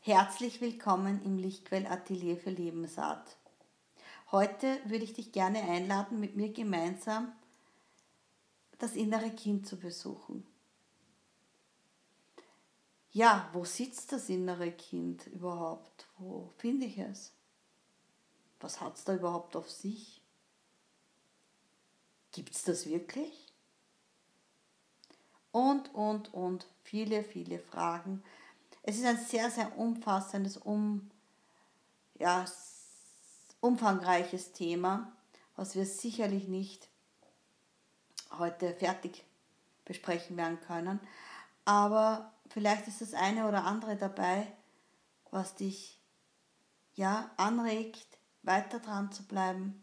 Herzlich willkommen im Lichtquell Atelier für Lebensart. Heute würde ich dich gerne einladen, mit mir gemeinsam das innere Kind zu besuchen. Ja, wo sitzt das innere Kind überhaupt? Wo finde ich es? Was hat es da überhaupt auf sich? Gibt es das wirklich? Und viele Fragen. Es ist ein sehr umfassendes, umfangreiches Thema, was wir sicherlich nicht heute fertig besprechen werden können. Aber vielleicht ist das eine oder andere dabei, was dich anregt, weiter dran zu bleiben,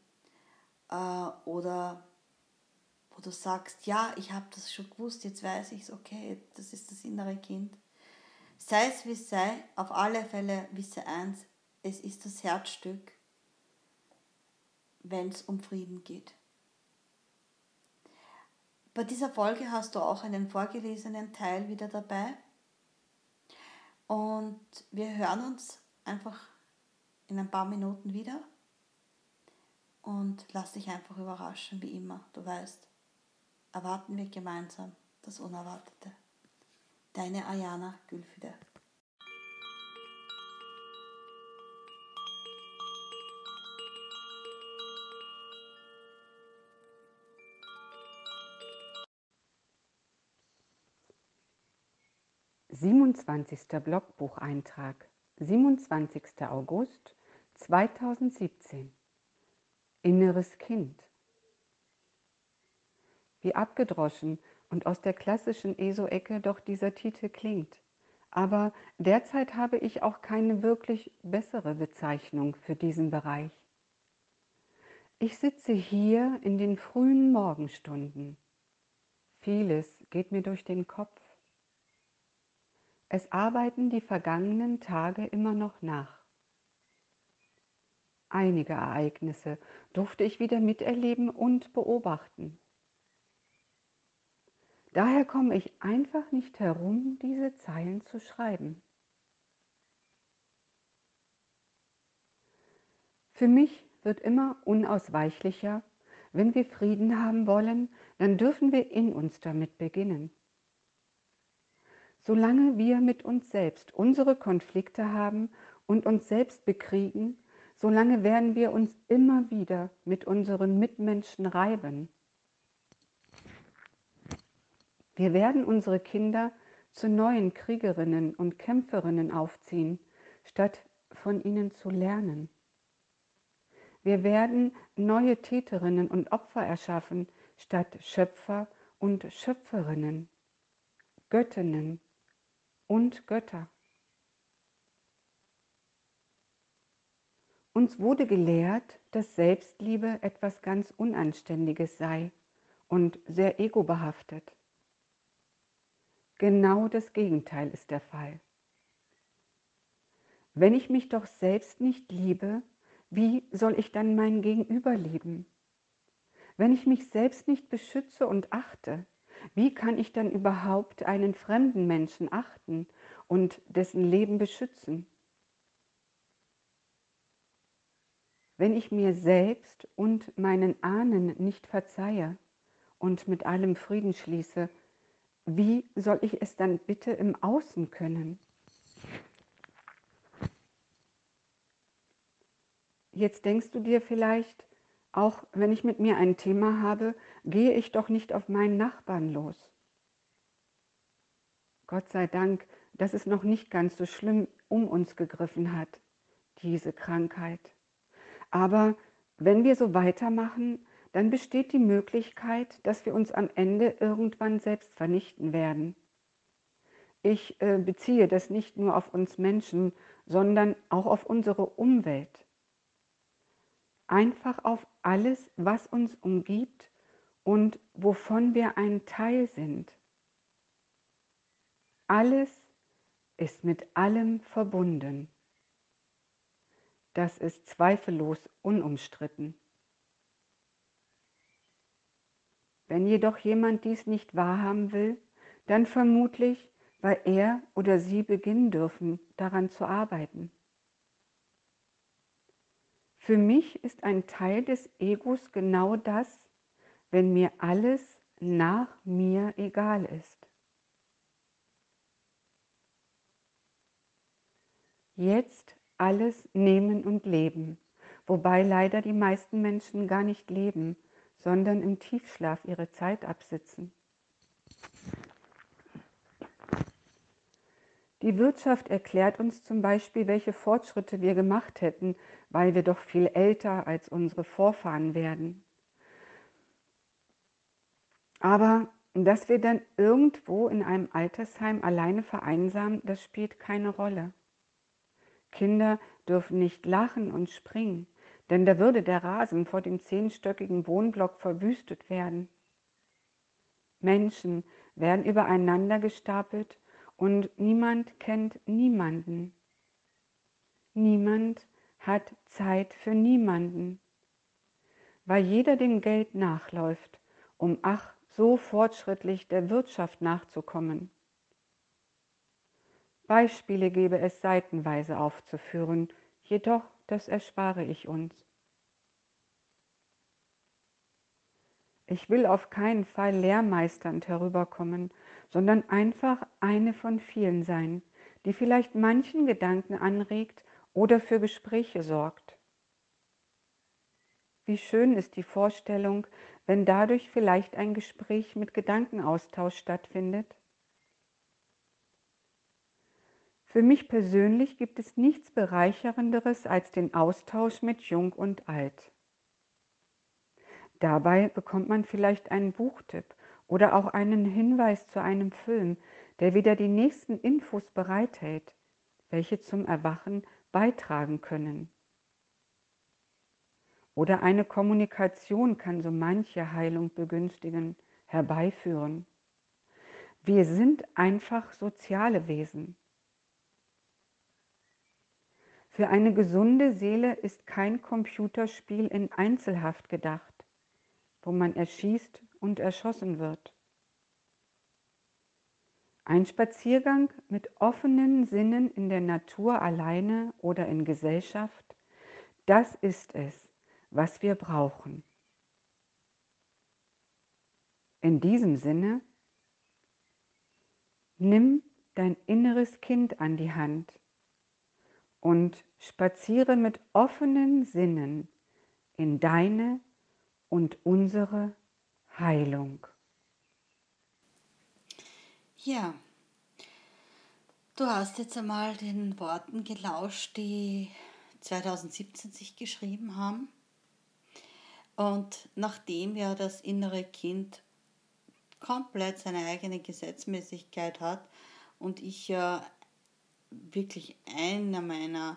oder wo du sagst, ja, ich habe das schon gewusst, jetzt weiß ich es, okay, das ist das innere Kind. Sei es wie es sei, auf alle Fälle wisse eins, es ist das Herzstück, wenn es um Frieden geht. Bei dieser Folge hast du auch einen vorgelesenen Teil wieder dabei. Und wir hören uns einfach in ein paar Minuten wieder und lass dich einfach überraschen, wie immer. Du weißt, erwarten wir gemeinsam das Unerwartete. Deine Ayana Gülfide. Siebenundzwanzigster Blogbucheintrag, 27. August 2017. Inneres Kind. Wie abgedroschen und aus der klassischen ESO-Ecke doch dieser Titel klingt. Aber derzeit habe ich auch keine wirklich bessere Bezeichnung für diesen Bereich. Ich sitze hier in den frühen Morgenstunden. Vieles geht mir durch den Kopf. Es arbeiten die vergangenen Tage immer noch nach. Einige Ereignisse durfte ich wieder miterleben und beobachten. Daher komme ich einfach nicht herum, diese Zeilen zu schreiben. Für mich wird immer unausweichlicher, wenn wir Frieden haben wollen, dann dürfen wir in uns damit beginnen. Solange wir mit uns selbst unsere Konflikte haben und uns selbst bekriegen, solange werden wir uns immer wieder mit unseren Mitmenschen reiben. Wir werden unsere Kinder zu neuen Kriegerinnen und Kämpferinnen aufziehen, statt von ihnen zu lernen. Wir werden neue Täterinnen und Opfer erschaffen, statt Schöpfer und Schöpferinnen, Göttinnen und Götter. Uns wurde gelehrt, dass Selbstliebe etwas ganz Unanständiges sei und sehr egobehaftet. Genau das Gegenteil ist der Fall. Wenn ich mich doch selbst nicht liebe, wie soll ich dann mein Gegenüber lieben? Wenn ich mich selbst nicht beschütze und achte, wie kann ich dann überhaupt einen fremden Menschen achten und dessen Leben beschützen? Wenn ich mir selbst und meinen Ahnen nicht verzeihe und mit allem Frieden schließe, wie soll ich es dann bitte im Außen können? Jetzt denkst du dir vielleicht, auch wenn ich mit mir ein Thema habe, gehe ich doch nicht auf meinen Nachbarn los. Gott sei Dank, dass es noch nicht ganz so schlimm um uns gegriffen hat, diese Krankheit. Aber wenn wir so weitermachen, dann besteht die Möglichkeit, dass wir uns am Ende irgendwann selbst vernichten werden. Ich beziehe das nicht nur auf uns Menschen, sondern auch auf unsere Umwelt. Einfach auf alles, was uns umgibt und wovon wir ein Teil sind. Alles ist mit allem verbunden. Das ist zweifellos unumstritten. Wenn jedoch jemand dies nicht wahrhaben will, dann vermutlich, weil er oder sie beginnen dürfen, daran zu arbeiten. Für mich ist ein Teil des Egos genau das, wenn mir alles nach mir egal ist. Jetzt alles nehmen und leben, wobei leider die meisten Menschen gar nicht leben, sondern im Tiefschlaf ihre Zeit absitzen. Die Wirtschaft erklärt uns zum Beispiel, welche Fortschritte wir gemacht hätten, weil wir doch viel älter als unsere Vorfahren werden. Aber dass wir dann irgendwo in einem Altersheim alleine vereinsamen, das spielt keine Rolle. Kinder dürfen nicht lachen und springen, denn da würde der Rasen vor dem 10-stöckigen Wohnblock verwüstet werden. Menschen werden übereinander gestapelt und niemand kennt niemanden. Niemand hat Zeit für niemanden, weil jeder dem Geld nachläuft, um ach so fortschrittlich der Wirtschaft nachzukommen. Beispiele gäbe es seitenweise aufzuführen, jedoch das erspare ich uns. Ich will auf keinen Fall lehrmeisternd herüberkommen, sondern einfach eine von vielen sein, die vielleicht manchen Gedanken anregt oder für Gespräche sorgt. Wie schön ist die Vorstellung, wenn dadurch vielleicht ein Gespräch mit Gedankenaustausch stattfindet? Für mich persönlich gibt es nichts Bereichernderes als den Austausch mit Jung und Alt. Dabei bekommt man vielleicht einen Buchtipp oder auch einen Hinweis zu einem Film, der wieder die nächsten Infos bereithält, welche zum Erwachen beitragen können. Oder eine Kommunikation kann so manche Heilung begünstigen, herbeiführen. Wir sind einfach soziale Wesen. Für eine gesunde Seele ist kein Computerspiel in Einzelhaft gedacht, wo man erschießt und erschossen wird. Ein Spaziergang mit offenen Sinnen in der Natur alleine oder in Gesellschaft, das ist es, was wir brauchen. In diesem Sinne, nimm dein inneres Kind an die Hand und spaziere mit offenen Sinnen in deine und unsere Heilung. Ja, du hast jetzt einmal den Worten gelauscht, die 2017 sich geschrieben haben. Und nachdem ja das innere Kind komplett seine eigene Gesetzmäßigkeit hat und ich ja wirklich einer meiner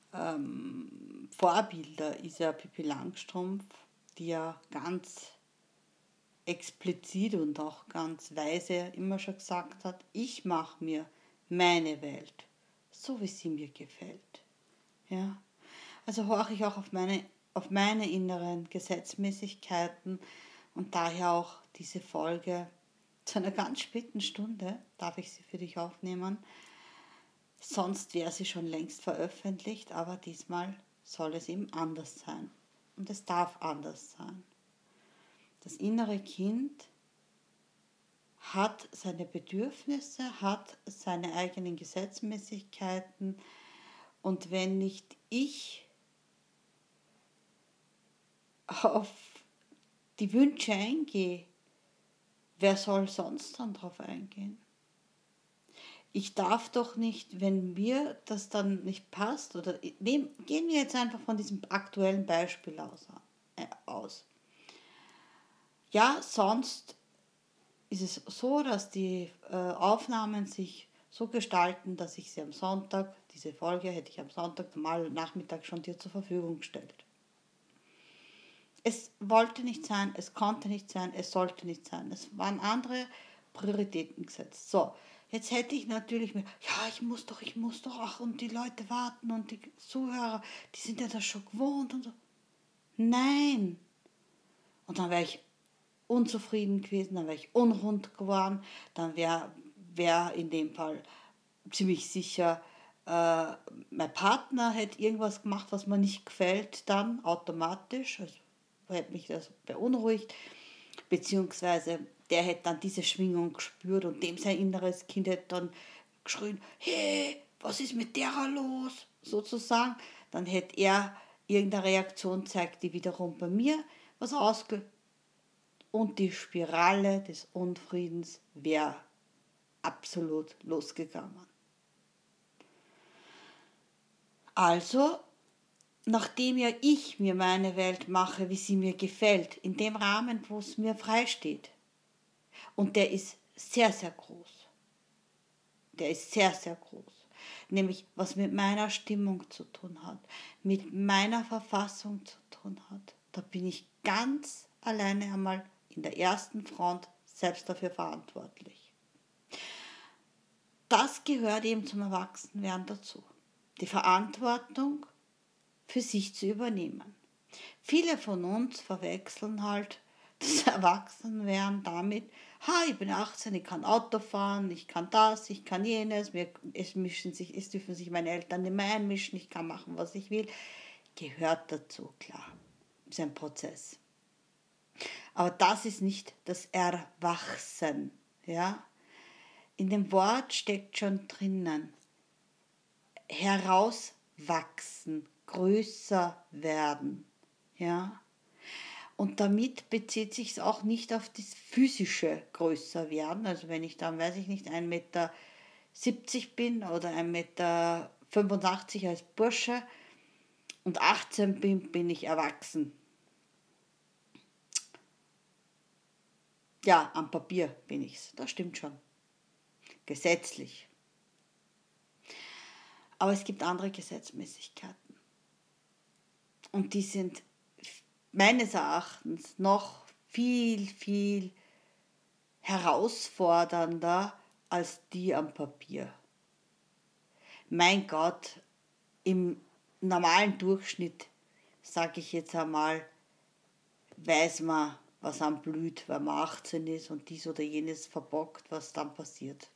Vorbilder ist ja Pippi Langstrumpf, die ja ganz explizit und auch ganz weise immer schon gesagt hat, ich mache mir meine Welt, so wie sie mir gefällt. Ja? Also horche ich auch auf meine inneren Gesetzmäßigkeiten und daher auch diese Folge zu einer ganz späten Stunde darf ich sie für dich aufnehmen. Sonst wäre sie schon längst veröffentlicht, aber diesmal soll es eben anders sein. Und es darf anders sein. Das innere Kind hat seine Bedürfnisse, hat seine eigenen Gesetzmäßigkeiten und wenn nicht ich auf die Wünsche eingehe, wer soll sonst dann drauf eingehen? Ich darf doch nicht, wenn mir das dann nicht passt, oder gehen wir jetzt einfach von diesem aktuellen Beispiel aus. Ja, sonst ist es so, dass die Aufnahmen sich so gestalten, dass ich sie am Sonntag, diese Folge hätte ich am Sonntag, normal Nachmittag schon dir zur Verfügung gestellt. Es wollte nicht sein, es konnte nicht sein, es sollte nicht sein. Es waren andere Prioritäten gesetzt. So, jetzt hätte ich natürlich mir, ja, ich muss doch, ach, und die Leute warten und die Zuhörer, die sind ja das schon gewohnt und so. Nein. Und dann wäre ich unzufrieden gewesen, dann wäre ich unrund geworden, dann wäre wäre in dem Fall ziemlich sicher, mein Partner hätte irgendwas gemacht, was mir nicht gefällt, dann automatisch, also hätte mich das beunruhigt, beziehungsweise der hätte dann diese Schwingung gespürt und dem sein inneres Kind hätte dann geschrien, hey, was ist mit der los, sozusagen. Dann hätte er irgendeine Reaktion zeigt, die wiederum bei mir was ausgelöst und die Spirale des Unfriedens wäre absolut losgegangen. Also, nachdem ja ich mir meine Welt mache, wie sie mir gefällt, in dem Rahmen, wo es mir freisteht, und der ist sehr, sehr groß, der ist sehr, sehr groß, nämlich was mit meiner Stimmung zu tun hat, mit meiner Verfassung zu tun hat, da bin ich ganz alleine einmal in der ersten Front selbst dafür verantwortlich. Das gehört eben zum Erwachsenwerden dazu. Die Verantwortung für sich zu übernehmen. Viele von uns verwechseln halt das Erwachsenwerden damit, ich bin 18, ich kann Auto fahren, ich kann das, ich kann jenes, es dürfen sich meine Eltern nicht mehr einmischen, ich kann machen, was ich will. Gehört dazu, klar. Ist ein Prozess. Aber das ist nicht das Erwachsen. Ja? In dem Wort steckt schon drinnen, herauswachsen, größer werden. Ja? Und damit bezieht sich es auch nicht auf das physische größer werden. Also wenn ich dann, weiß ich nicht, 1,70 Meter bin oder 1,85 Meter als Bursche und 18 bin ich erwachsen. Ja, am Papier bin ich's, das stimmt schon. Gesetzlich. Aber es gibt andere Gesetzmäßigkeiten. Und die sind meines Erachtens noch viel, viel herausfordernder als die am Papier. Mein Gott, im normalen Durchschnitt, sage ich jetzt einmal, weiß man, was am blüht, wenn man 18 ist und dies oder jenes verbockt, was dann passiert.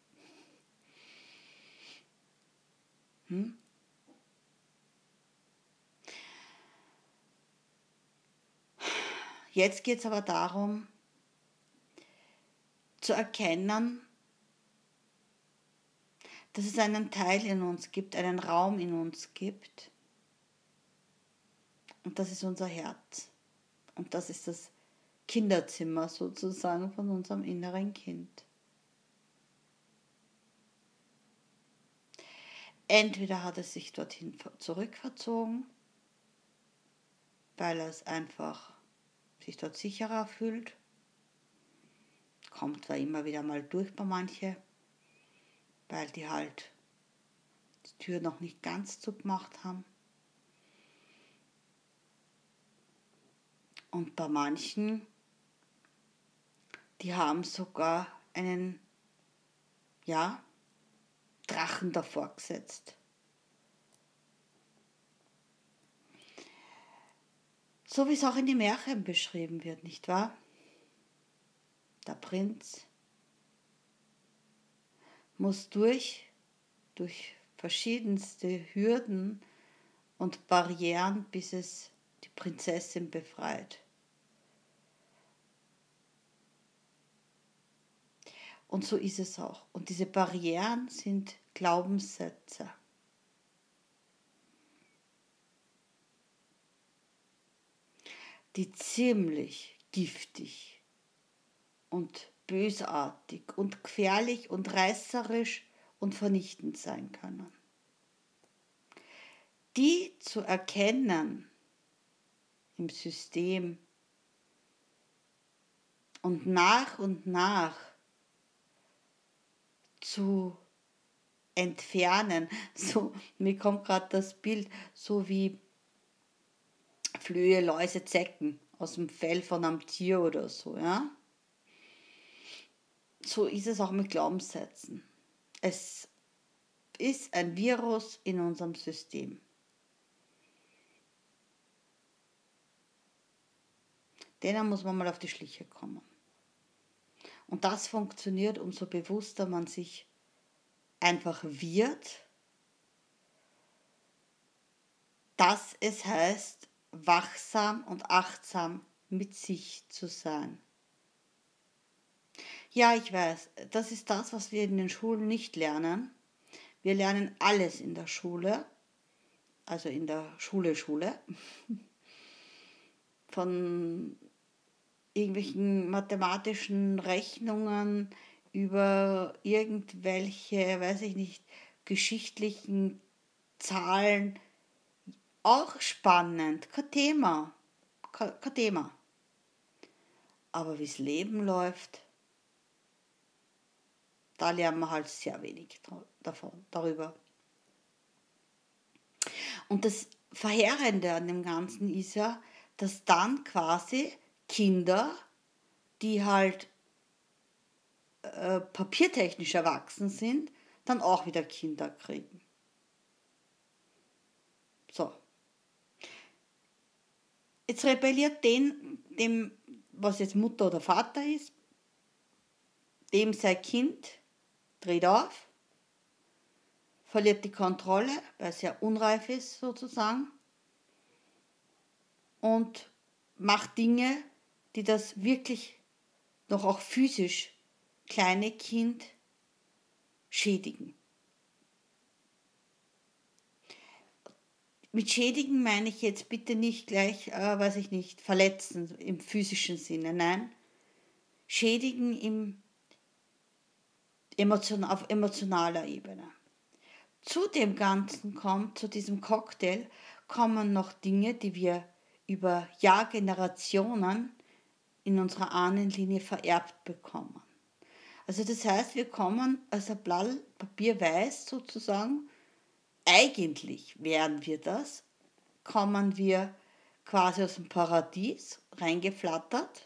Jetzt geht es aber darum, zu erkennen, dass es einen Teil in uns gibt, einen Raum in uns gibt. Und das ist unser Herz. Und das ist das Kinderzimmer sozusagen von unserem inneren Kind. Entweder hat es sich dorthin zurückverzogen, weil es einfach sich dort sicherer fühlt. Kommt zwar immer wieder mal durch bei manchen, weil die halt die Tür noch nicht ganz zugemacht haben. Und bei manchen, die haben sogar einen, Drachen davor gesetzt. So wie es auch in den Märchen beschrieben wird, nicht wahr? Der Prinz muss durch verschiedenste Hürden und Barrieren, bis es die Prinzessin befreit. Und so ist es auch. Und diese Barrieren sind Glaubenssätze. Die ziemlich giftig und bösartig und gefährlich und reißerisch und vernichtend sein können. Die zu erkennen im System und nach zu entfernen. So, mir kommt gerade das Bild, so wie Flöhe, Läuse, Zecken aus dem Fell von einem Tier oder so, ja. So ist es auch mit Glaubenssätzen. Es ist ein Virus in unserem System. Denen muss man mal auf die Schliche kommen. Und das funktioniert, umso bewusster man sich einfach wird, dass es heißt, wachsam und achtsam mit sich zu sein. Ja, ich weiß, das ist das, was wir in den Schulen nicht lernen. Wir lernen alles in der Schule, also in der Schule, von irgendwelchen mathematischen Rechnungen über irgendwelche, weiß ich nicht, geschichtlichen Zahlen. Auch spannend, kein Thema. Kein Thema. Aber wie das Leben läuft, da lernen wir halt sehr wenig darüber. Und das Verheerende an dem Ganzen ist ja, dass dann quasi Kinder, die halt papiertechnisch erwachsen sind, dann auch wieder Kinder kriegen. So. Jetzt rebelliert dem, was jetzt Mutter oder Vater ist, dem sein Kind dreht auf, verliert die Kontrolle, weil es ja unreif ist sozusagen, und macht Dinge, die das wirklich noch auch physisch kleine Kind schädigen. Mit schädigen meine ich jetzt bitte nicht gleich, weiß ich nicht, verletzen im physischen Sinne, nein, schädigen auf emotionaler Ebene. Zu dem Ganzen zu diesem Cocktail, kommen noch Dinge, die wir über Jahrgenerationen in unserer Ahnenlinie vererbt bekommen. Also das heißt, wir kommen als ein Blatt Papier weiß sozusagen, eigentlich wären wir das, kommen wir quasi aus dem Paradies reingeflattert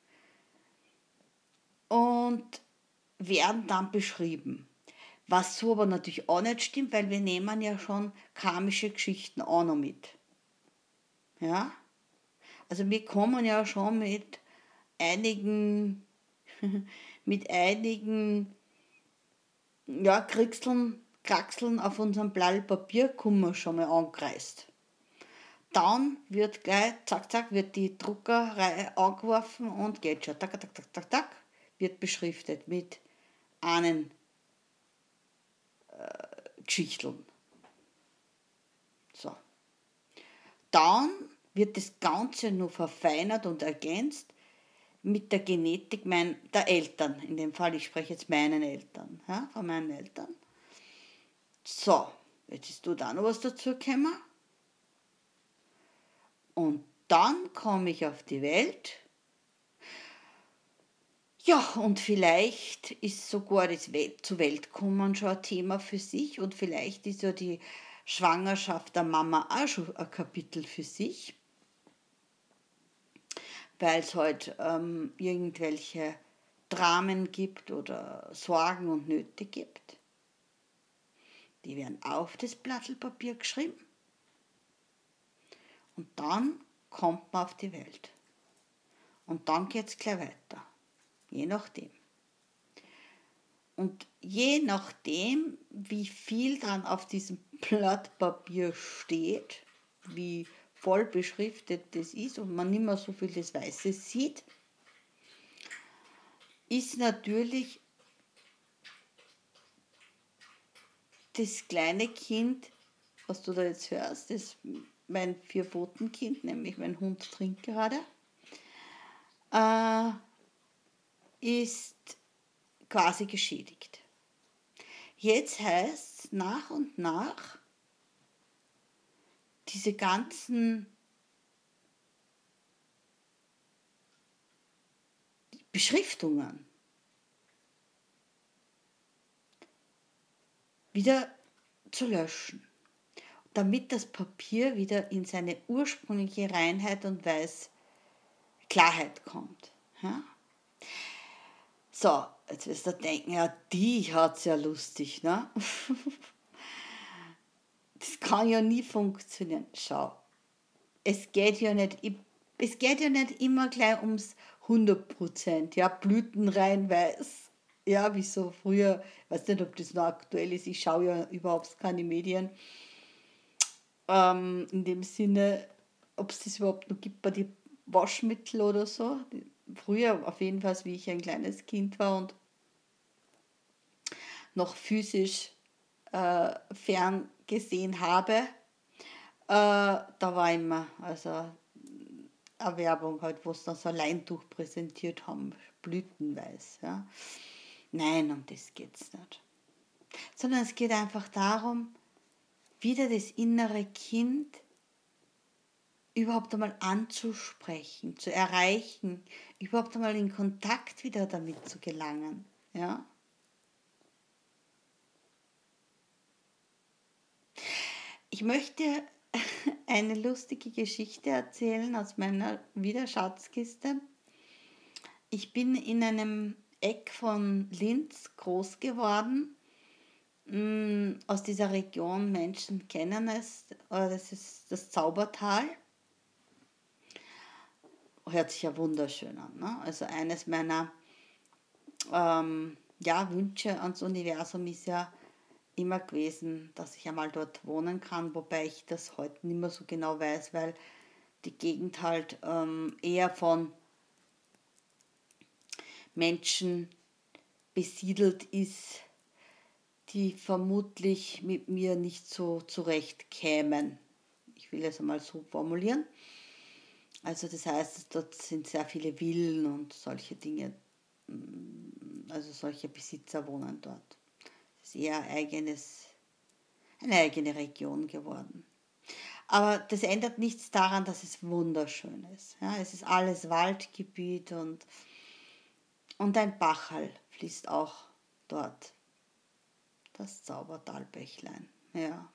und werden dann beschrieben. Was so aber natürlich auch nicht stimmt, weil wir nehmen ja schon karmische Geschichten auch noch mit. Ja? Also wir kommen ja schon mit einigen ja, Kraxeln auf unserem Blatt Papier kommen wir schon mal angereist. Dann wird gleich, zack, zack, wird die Druckerei angeworfen und geht schon, tak, tak, tak, tak, tak, wird beschriftet mit Ahnengeschichteln. So. Dann wird das Ganze nur verfeinert und ergänzt mit der Genetik der Eltern. In dem Fall, ich spreche jetzt meinen Eltern, ja, von meinen Eltern. So, jetzt ist da noch was dazu gekommen. Und dann komme ich auf die Welt. Ja, und vielleicht ist sogar das zu Welt kommen schon ein Thema für sich und vielleicht ist ja die Schwangerschaft der Mama auch schon ein Kapitel für sich, weil es halt irgendwelche Dramen gibt oder Sorgen und Nöte gibt. Die werden auf das Blatt Papier geschrieben und dann kommt man auf die Welt. Und dann geht es gleich weiter, je nachdem. Und je nachdem, wie viel dann auf diesem Blatt Papier steht, wie voll beschriftet das ist und man nicht mehr so viel das Weiße sieht, ist natürlich das kleine Kind, was du da jetzt hörst, das mein Vierpfotenkind, nämlich mein Hund trinkt gerade, ist quasi geschädigt. Jetzt heißt es nach und nach, diese ganzen Beschriftungen wieder zu löschen, damit das Papier wieder in seine ursprüngliche Reinheit und Klarheit kommt. Ja? So, jetzt wirst du denken, ja, die hat's ja lustig, ne? Das kann ja nie funktionieren. Schau, es geht ja nicht immer gleich ums 100%, ja, blütenrein weiß. Ja, wie so früher, weiß nicht, ob das noch aktuell ist, ich schaue ja überhaupt keine Medien, in dem Sinne, ob es das überhaupt noch gibt bei den Waschmittel oder so. Früher auf jeden Fall, wie ich ein kleines Kind war und noch physisch fern gesehen habe, da war immer also eine Werbung halt, wo sie dann so ein Leintuch präsentiert haben, blütenweiß. Ja. Nein, um das geht's nicht. Sondern es geht einfach darum, wieder das innere Kind überhaupt einmal anzusprechen, zu erreichen, überhaupt einmal in Kontakt wieder damit zu gelangen. Ja? Ich möchte eine lustige Geschichte erzählen aus meiner Schatzkiste. Ich bin in einem Eck von Linz groß geworden. Aus dieser Region, Menschen kennen es, das ist das Zaubertal. Hört sich ja wunderschön an. Ne? Also eines meiner Wünsche ans Universum ist ja immer gewesen, dass ich einmal dort wohnen kann, wobei ich das heute nicht mehr so genau weiß, weil die Gegend halt eher von Menschen besiedelt ist, die vermutlich mit mir nicht so zurechtkämen. Ich will es einmal so formulieren. Also das heißt, dort sind sehr viele Villen und solche Dinge, also solche Besitzer wohnen dort. Es ist eher eine eigene Region geworden. Aber das ändert nichts daran, dass es wunderschön ist. Ja, es ist alles Waldgebiet und ein Bachal fließt auch dort. Das Zaubertalbächlein. Ja.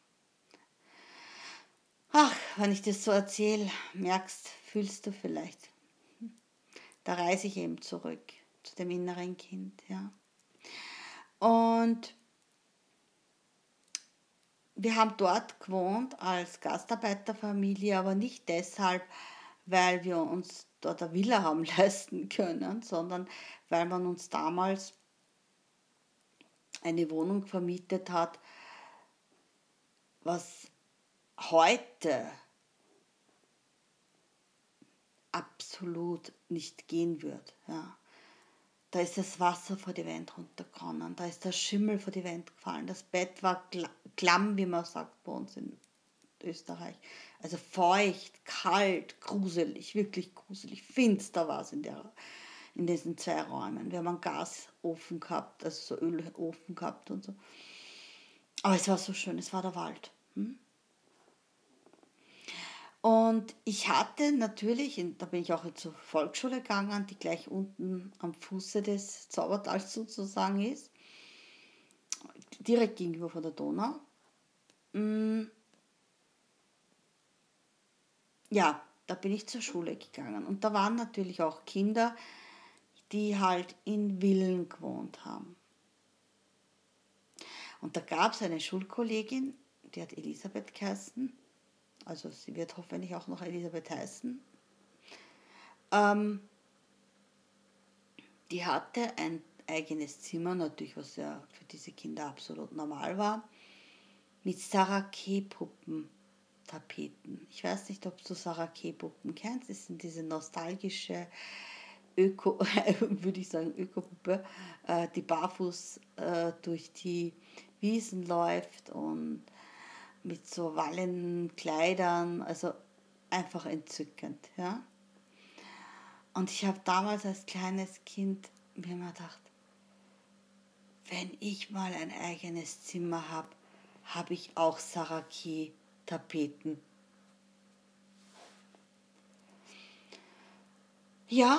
Ach, wenn ich das so erzähle, fühlst du vielleicht. Da reise ich eben zurück zu dem inneren Kind. Ja. Und wir haben dort gewohnt als Gastarbeiterfamilie, aber nicht deshalb, weil wir uns dort eine Villa haben leisten können, sondern weil man uns damals eine Wohnung vermietet hat, was heute absolut nicht gehen wird. Ja. Da ist das Wasser vor die Wand runtergekommen, da ist der Schimmel vor die Wand gefallen, das Bett war klamm, wie man sagt bei uns in Österreich. Also feucht, kalt, gruselig, wirklich gruselig, finster war es in diesen zwei Räumen. Wir haben einen Gasofen gehabt, also so Ölofen gehabt und so. Aber es war so schön, es war der Wald. Und ich hatte natürlich, da bin ich auch zur Volksschule gegangen, die gleich unten am Fuße des Zaubertals sozusagen ist, direkt gegenüber von der Donau. Ja, da bin ich zur Schule gegangen. Und da waren natürlich auch Kinder, die halt in Villen gewohnt haben. Und da gab es eine Schulkollegin, die hat Elisabeth geheißen, also sie wird hoffentlich auch noch Elisabeth heißen. Die hatte ein eigenes Zimmer, natürlich, was ja für diese Kinder absolut normal war, mit Sarah-Kay-Puppen. Tapeten. Ich weiß nicht, ob du Sarah-Kay-Puppen kennst. Das sind diese nostalgische würde ich sagen, Ökopuppe, die barfuß durch die Wiesen läuft und mit so wallenden Kleidern, also einfach entzückend. Ja? Und ich habe damals als kleines Kind mir immer gedacht, wenn ich mal ein eigenes Zimmer habe, habe ich auch Sarah-Kay-Tapeten. Ja,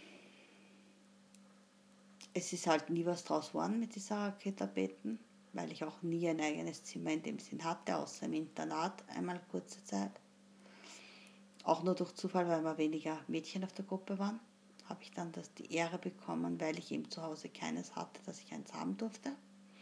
es ist halt nie was draus geworden mit diesen Sarah-Kay-Tapeten, weil ich auch nie ein eigenes Zimmer in dem Sinn hatte, außer im Internat einmal kurze Zeit. Auch nur durch Zufall, weil wir weniger Mädchen auf der Gruppe waren, habe ich dann die Ehre bekommen, weil ich eben zu Hause keines hatte, dass ich eins haben durfte.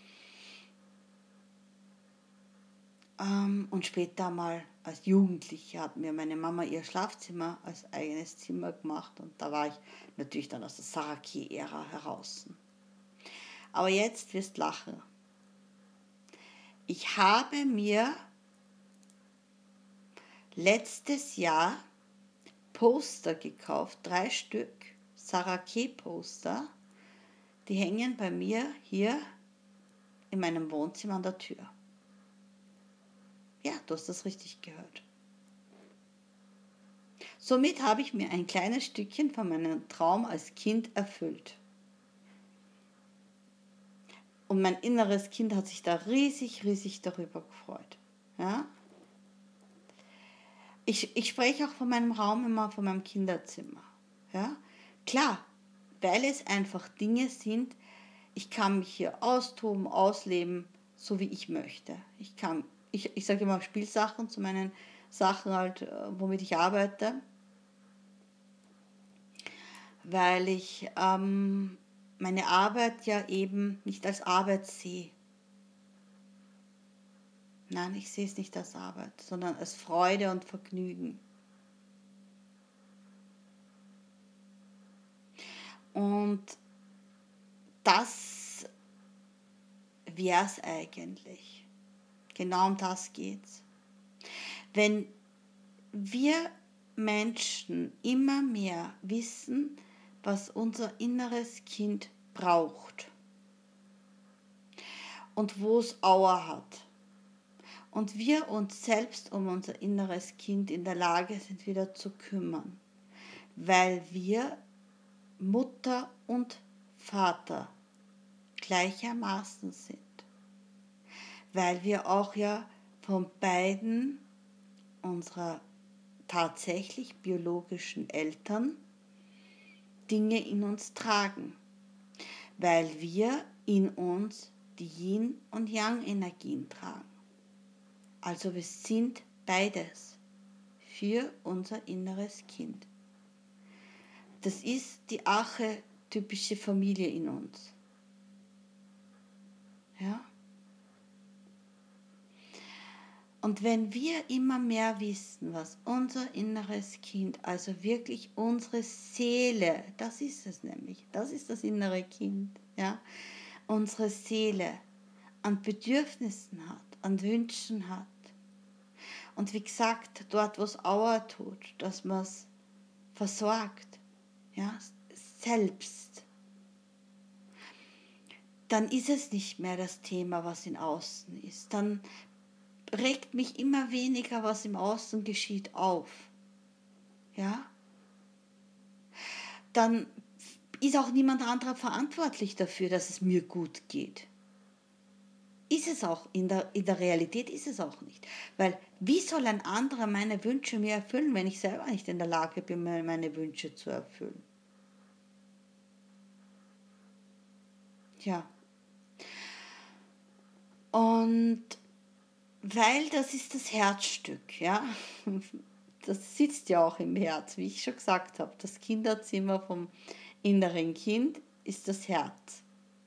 Und später mal als Jugendliche hat mir meine Mama ihr Schlafzimmer als eigenes Zimmer gemacht und da war ich natürlich dann aus der Sarah-Kay-Ära heraus. Aber jetzt wirst du lachen. Ich habe mir letztes Jahr Poster gekauft, 3 Stück, Sarah K. Poster. Die hängen bei mir hier in meinem Wohnzimmer an der Tür. Ja, du hast das richtig gehört. Somit habe ich mir ein kleines Stückchen von meinem Traum als Kind erfüllt. Und mein inneres Kind hat sich da riesig, riesig darüber gefreut. Ja? Ich spreche auch von meinem Raum immer, von meinem Kinderzimmer. Ja? Klar, weil es einfach Dinge sind, ich kann mich hier austoben, ausleben, so wie ich möchte. Ich sage immer Spielsachen zu meinen Sachen halt, womit ich arbeite, weil ich meine Arbeit ja eben nicht als Arbeit sehe. Nein, ich sehe es nicht als Arbeit, sondern als Freude und Vergnügen. Und das wäre es eigentlich. Genau um das geht's. Wenn wir Menschen immer mehr wissen, was unser inneres Kind braucht und wo es Aua hat, und wir uns selbst um unser inneres Kind in der Lage sind, wieder zu kümmern, weil wir Mutter und Vater gleichermaßen sind, weil wir auch ja von beiden unserer tatsächlich biologischen Eltern Dinge in uns tragen, weil wir in uns die Yin- und Yang-Energien tragen. Also wir sind beides für unser inneres Kind. Das ist die archetypische Familie in uns. Ja? Und wenn wir immer mehr wissen, was unser inneres Kind, also wirklich unsere Seele, das ist es nämlich, das ist das innere Kind, ja, unsere Seele an Bedürfnissen hat, an Wünschen hat. Und wie gesagt, dort, wo es Aua tut, dass man es versorgt, ja, selbst, dann ist es nicht mehr das Thema, was im Außen ist. Dann regt mich immer weniger, was im Außen geschieht, auf. Ja? Dann ist auch niemand anderer verantwortlich dafür, dass es mir gut geht. Ist es auch, in der Realität ist es auch nicht. Weil wie soll ein anderer meine Wünsche mir erfüllen, wenn ich selber nicht in der Lage bin, meine Wünsche zu erfüllen? Ja. Und weil das ist das Herzstück, ja. Das sitzt ja auch im Herz, wie ich schon gesagt habe. Das Kinderzimmer vom inneren Kind ist das Herz.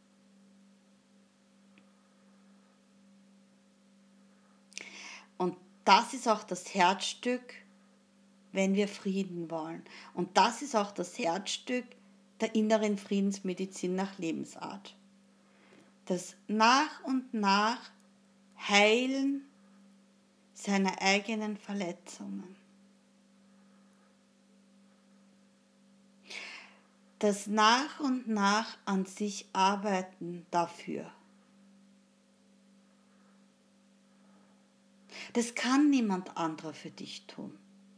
Und das ist auch das Herzstück, wenn wir Frieden wollen. Und das ist auch das Herzstück der inneren Friedensmedizin nach Lebensart. Das nach und nach Heilen seiner eigenen Verletzungen. Das nach und nach an sich arbeiten dafür. Das kann niemand anderer für dich tun.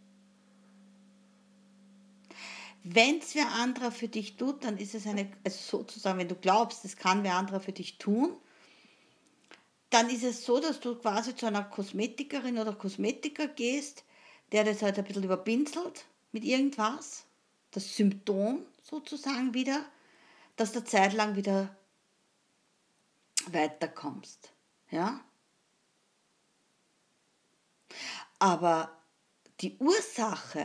Wenn es wer anderer für dich tut, dann ist es also sozusagen, wenn du glaubst, das kann wer anderer für dich tun, dann ist es so, dass du quasi zu einer Kosmetikerin oder Kosmetiker gehst, der das halt ein bisschen überpinselt mit irgendwas, das Symptom sozusagen wieder, dass du zeitlang wieder weiterkommst. Ja? Aber die Ursache,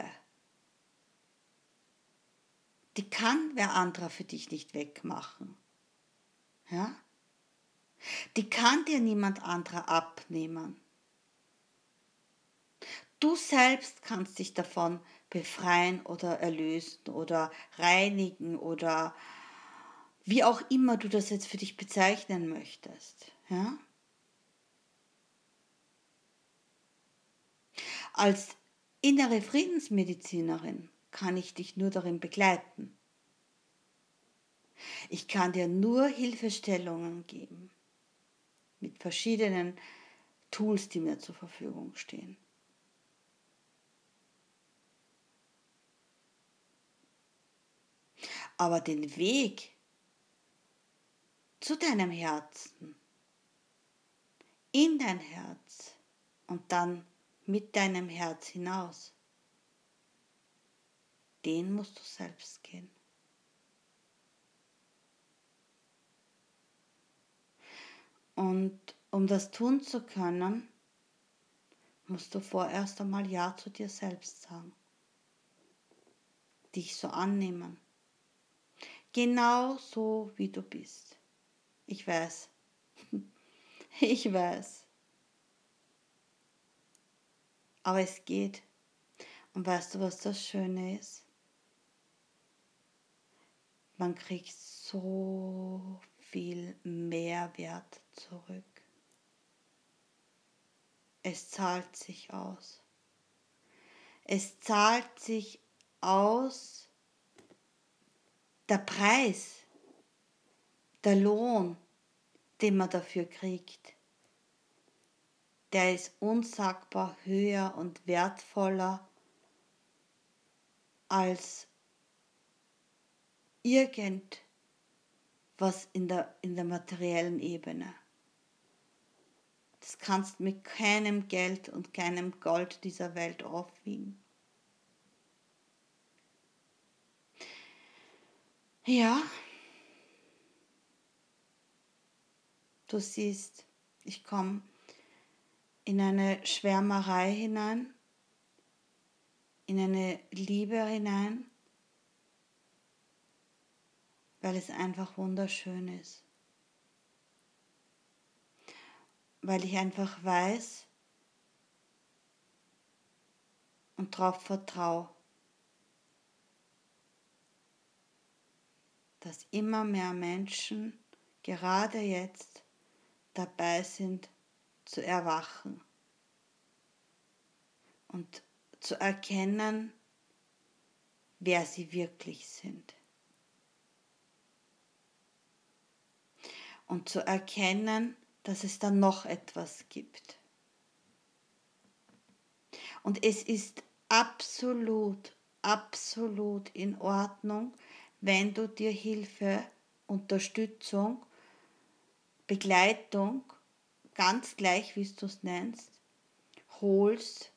die kann wer anderer für dich nicht wegmachen. Ja? Die kann dir niemand anderer abnehmen. Du selbst kannst dich davon befreien oder erlösen oder reinigen oder wie auch immer du das jetzt für dich bezeichnen möchtest. Ja? Als innere Friedensmedizinerin kann ich dich nur darin begleiten. Ich kann dir nur Hilfestellungen geben mit verschiedenen Tools, die mir zur Verfügung stehen. Aber den Weg zu deinem Herzen, in dein Herz und dann mit deinem Herz hinaus, den musst du selbst gehen. Und um das tun zu können, musst du vorerst einmal Ja zu dir selbst sagen. Dich so annehmen. Genau so, wie du bist. Ich weiß. Ich weiß. Aber es geht. Und weißt du, was das Schöne ist? Man kriegt so viel Mehrwert zurück. Es zahlt sich aus. Es zahlt sich aus, der Preis, der Lohn, den man dafür kriegt, der ist unsagbar höher und wertvoller als irgendwas in der materiellen Ebene. Das kannst mit keinem Geld und keinem Gold dieser Welt aufwiegen. Ja, du siehst, ich komme in eine Schwärmerei hinein, in eine Liebe hinein, weil es einfach wunderschön ist. Weil ich einfach weiß und darauf vertraue, dass immer mehr Menschen gerade jetzt dabei sind zu erwachen und zu erkennen, wer sie wirklich sind. Und zu erkennen, dass es da noch etwas gibt. Und es ist absolut in Ordnung, wenn du dir Hilfe, Unterstützung, Begleitung, ganz gleich wie du es nennst, holst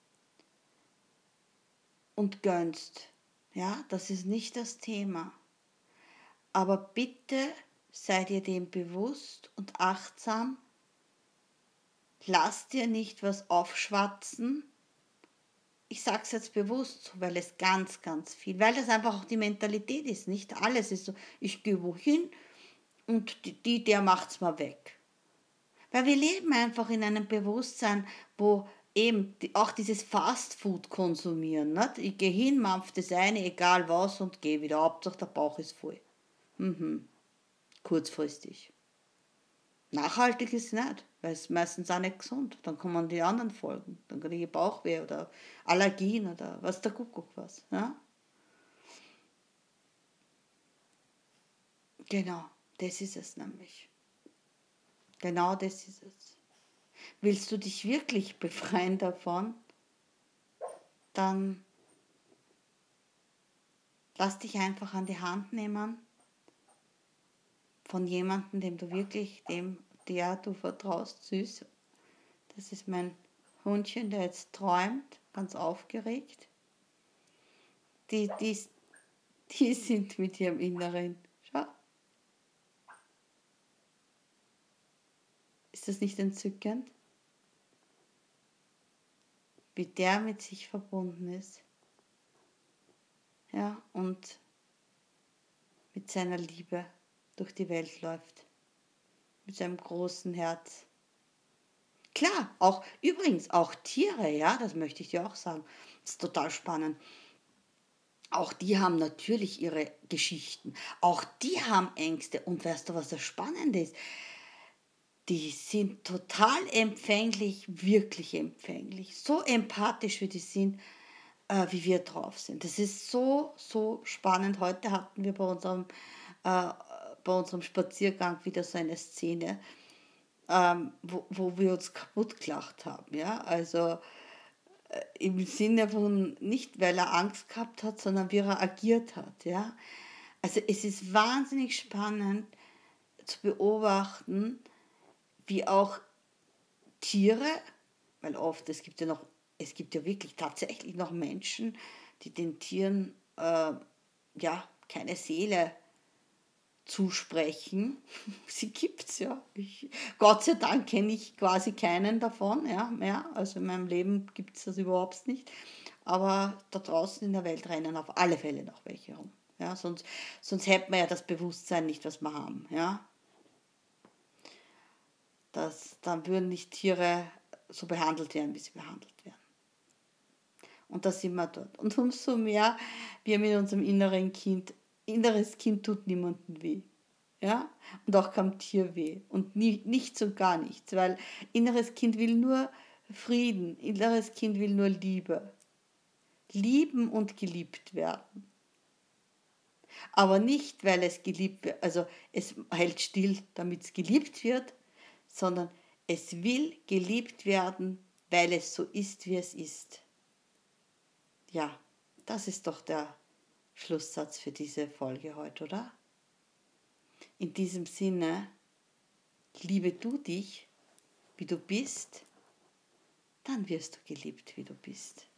und gönnst. Ja, das ist nicht das Thema. Aber bitte sei dir dem bewusst und achtsam. Lass dir nicht was aufschwatzen. Ich sage es jetzt bewusst, weil es ganz viel, weil das einfach auch die Mentalität ist. Nicht alles ist so, ich gehe wohin und der macht's mal weg. Weil wir leben einfach in einem Bewusstsein, wo eben auch dieses Fastfood konsumieren. Nicht? Ich gehe hin, mampf das eine, egal was, und gehe wieder. Hauptsache der Bauch ist voll. Kurzfristig. Nachhaltig ist es nicht, weil es meistens auch nicht gesund. Dann kommen die anderen Folgen. Dann kriege ich Bauchweh oder Allergien oder was der Kuckuck was. Ja? Genau, das ist es nämlich. Genau das ist es. Willst du dich wirklich befreien davon, dann lass dich einfach an die Hand nehmen von jemandem, der du vertraust, süß. Das ist mein Hundchen, der jetzt träumt, ganz aufgeregt. Die sind mit ihrem Inneren. Schau. Ist das nicht entzückend? Wie der mit sich verbunden ist. Ja, und mit seiner Liebe durch die Welt läuft. Mit seinem großen Herz. Klar, übrigens auch Tiere, ja, das möchte ich dir auch sagen. Das ist total spannend. Auch die haben natürlich ihre Geschichten. Auch die haben Ängste. Und weißt du, was das Spannende ist? Die sind total empfänglich, wirklich empfänglich. So empathisch, wie die sind, wie wir drauf sind. Das ist so, so spannend. Heute hatten wir äh, bei unserem Spaziergang wieder so eine Szene, wo wir uns kaputt gelacht haben. Ja? Also im Sinne von nicht, weil er Angst gehabt hat, sondern wie er agiert hat. Ja? Also es ist wahnsinnig spannend zu beobachten, wie auch Tiere, weil oft, es gibt ja wirklich tatsächlich noch Menschen, die den Tieren ja keine Seele zusprechen. Sie gibt's ja. Gott sei Dank kenne ich quasi keinen davon, ja, mehr. Also in meinem Leben gibt es das überhaupt nicht. Aber da draußen in der Welt rennen auf alle Fälle noch welche rum. Ja, sonst hätten wir ja das Bewusstsein nicht, was wir haben. Ja. Dann würden nicht Tiere so behandelt werden, wie sie behandelt werden. Und da sind wir dort. Und umso mehr wir mit unserem inneres Kind tut niemandem weh. Ja? Und auch keinem Tier weh. Und nichts und gar nichts. Weil inneres Kind will nur Frieden. Inneres Kind will nur Liebe. Lieben und geliebt werden. Aber nicht, weil es geliebt wird, also es hält still, damit es geliebt wird, sondern es will geliebt werden, weil es so ist, wie es ist. Ja, das ist doch der Schlusssatz für diese Folge heute, oder? In diesem Sinne, liebe du dich, wie du bist, dann wirst du geliebt, wie du bist.